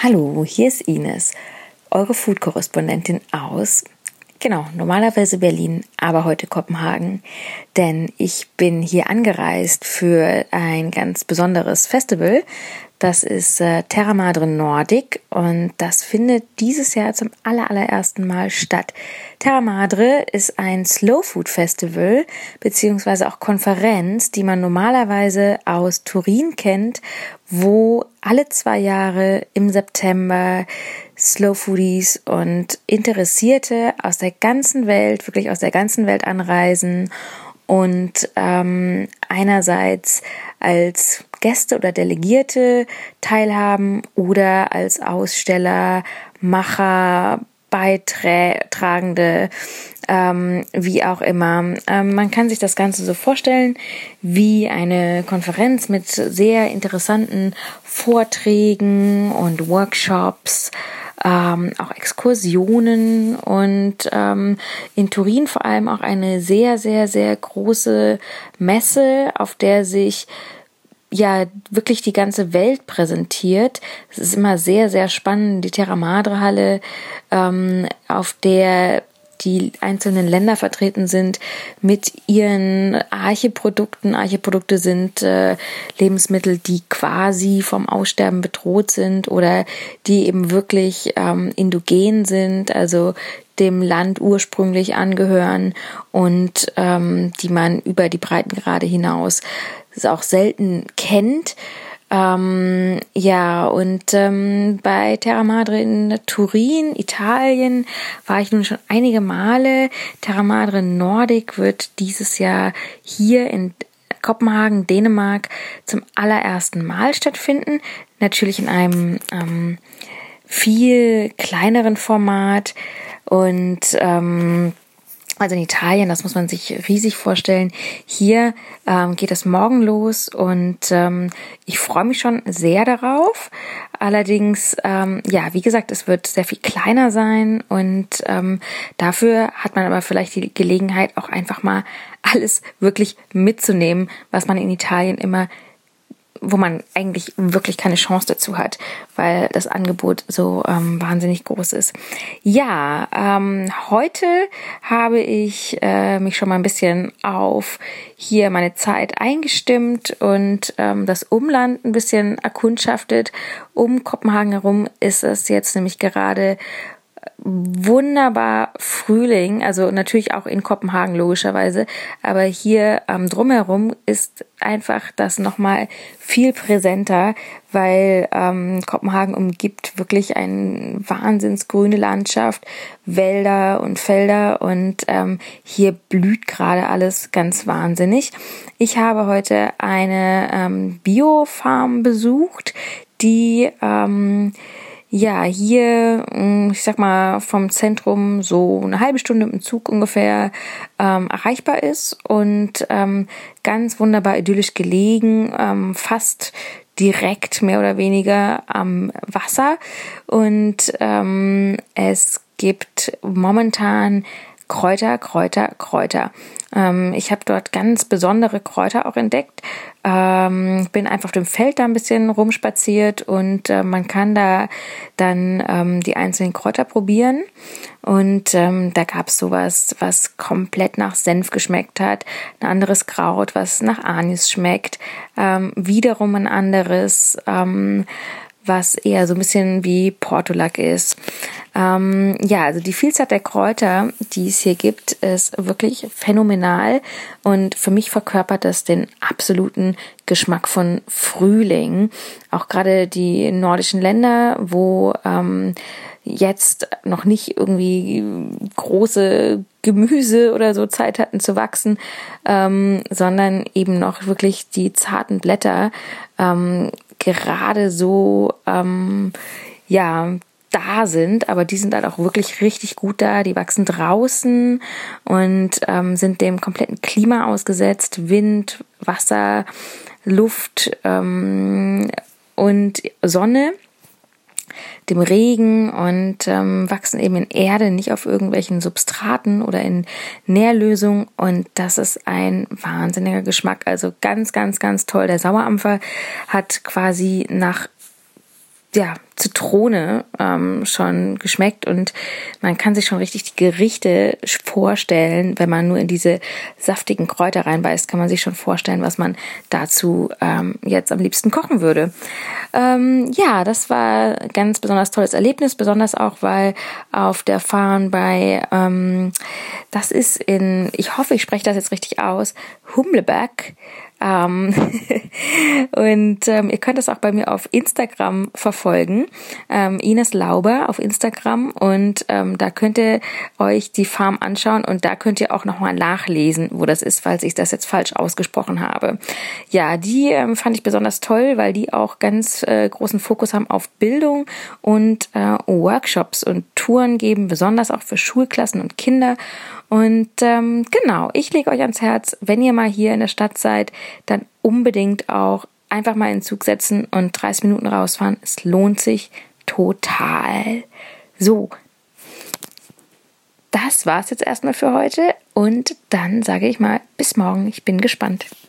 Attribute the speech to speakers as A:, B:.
A: Hallo, hier ist Ines, eure Food-Korrespondentin aus, normalerweise Berlin, aber heute Kopenhagen, denn ich bin hier angereist für ein ganz besonderes Festival. Das ist Terra Madre Nordic und das findet dieses Jahr zum allerersten Mal statt. Terra Madre ist ein Slow Food Festival beziehungsweise auch Konferenz, die man normalerweise aus Turin kennt, wo alle 2 Jahre im September Slow Foodies und Interessierte aus der ganzen Welt, wirklich aus der ganzen Welt anreisen und einerseits als Gäste oder Delegierte teilhaben oder als Aussteller, Macher, Beitragende, wie auch immer. Man kann sich das Ganze so vorstellen wie eine Konferenz mit sehr interessanten Vorträgen und Workshops, auch Exkursionen und in Turin vor allem auch eine sehr, sehr, sehr große Messe, auf der sich wirklich die ganze Welt präsentiert. Es ist immer sehr, sehr spannend, die Terra Madre Halle, auf der die einzelnen Länder vertreten sind mit ihren Archeprodukten. Archeprodukte sind Lebensmittel, die quasi vom Aussterben bedroht sind oder die eben wirklich indogen sind, also dem Land ursprünglich angehören und die man über die Breitengrade hinaus auch selten kennt. Bei Terra Madre in Turin, Italien, war ich nun schon einige Male. Terra Madre Nordic wird dieses Jahr hier in Kopenhagen, Dänemark, zum allerersten Mal stattfinden. Natürlich in einem viel kleineren Format und also in Italien, das muss man sich riesig vorstellen. Hier geht es morgen los und ich freue mich schon sehr darauf. Allerdings, wie gesagt, es wird sehr viel kleiner sein und dafür hat man aber vielleicht die Gelegenheit, auch einfach mal alles wirklich mitzunehmen, was man in Italien immer, wo man eigentlich wirklich keine Chance dazu hat, weil das Angebot so wahnsinnig groß ist. Heute habe ich mich schon mal ein bisschen auf hier meine Zeit eingestimmt und das Umland ein bisschen erkundschaftet. Um Kopenhagen herum ist es jetzt nämlich gerade wunderbar Frühling, also natürlich auch in Kopenhagen logischerweise, aber hier drumherum ist einfach das nochmal viel präsenter, weil Kopenhagen umgibt wirklich eine wahnsinnsgrüne Landschaft, Wälder und Felder und hier blüht gerade alles ganz wahnsinnig. Ich habe heute eine Biofarm besucht, die hier, ich sag mal, vom Zentrum so eine halbe Stunde mit dem Zug ungefähr erreichbar ist und ganz wunderbar idyllisch gelegen, fast direkt mehr oder weniger am Wasser und es gibt momentan Kräuter. Ich habe dort ganz besondere Kräuter auch entdeckt. Bin einfach auf dem Feld da ein bisschen rumspaziert und man kann da dann die einzelnen Kräuter probieren. Und da gab es sowas, was komplett nach Senf geschmeckt hat, ein anderes Kraut, was nach Anis schmeckt, wiederum ein anderes, was eher so ein bisschen wie Portulak ist. Also die Vielzahl der Kräuter, die es hier gibt, ist wirklich phänomenal und für mich verkörpert das den absoluten Geschmack von Frühling. Auch gerade die nordischen Länder, wo jetzt noch nicht irgendwie große Gemüse oder so Zeit hatten zu wachsen, sondern eben noch wirklich die zarten Blätter gerade so da sind, aber die sind halt auch wirklich richtig gut da. Die wachsen draußen und sind dem kompletten Klima ausgesetzt, Wind, Wasser, Luft und Sonne, dem Regen und wachsen eben in Erde, nicht auf irgendwelchen Substraten oder in Nährlösung und das ist ein wahnsinniger Geschmack. Also ganz, ganz, ganz toll. Der Sauerampfer hat quasi nach Zitrone schon geschmeckt und man kann sich schon richtig die Gerichte vorstellen, wenn man nur in diese saftigen Kräuter reinbeißt, kann man sich schon vorstellen, was man dazu jetzt am liebsten kochen würde. Das war ein ganz besonders tolles Erlebnis, besonders auch, weil auf der Farm bei, das ist ich hoffe, ich spreche das jetzt richtig aus, Humleback. Und ihr könnt das auch bei mir auf Instagram verfolgen, Ines Lauber auf Instagram, und da könnt ihr euch die Farm anschauen und da könnt ihr auch nochmal nachlesen, wo das ist, falls ich das jetzt falsch ausgesprochen habe. Ja, die fand ich besonders toll, weil die auch ganz großen Fokus haben auf Bildung und Workshops und Touren geben, besonders auch für Schulklassen und Kinder. Und ich lege euch ans Herz, wenn ihr mal hier in der Stadt seid, dann unbedingt auch einfach mal in den Zug setzen und 30 Minuten rausfahren. Es lohnt sich total. So, das war's jetzt erstmal für heute und dann sage ich mal bis morgen. Ich bin gespannt.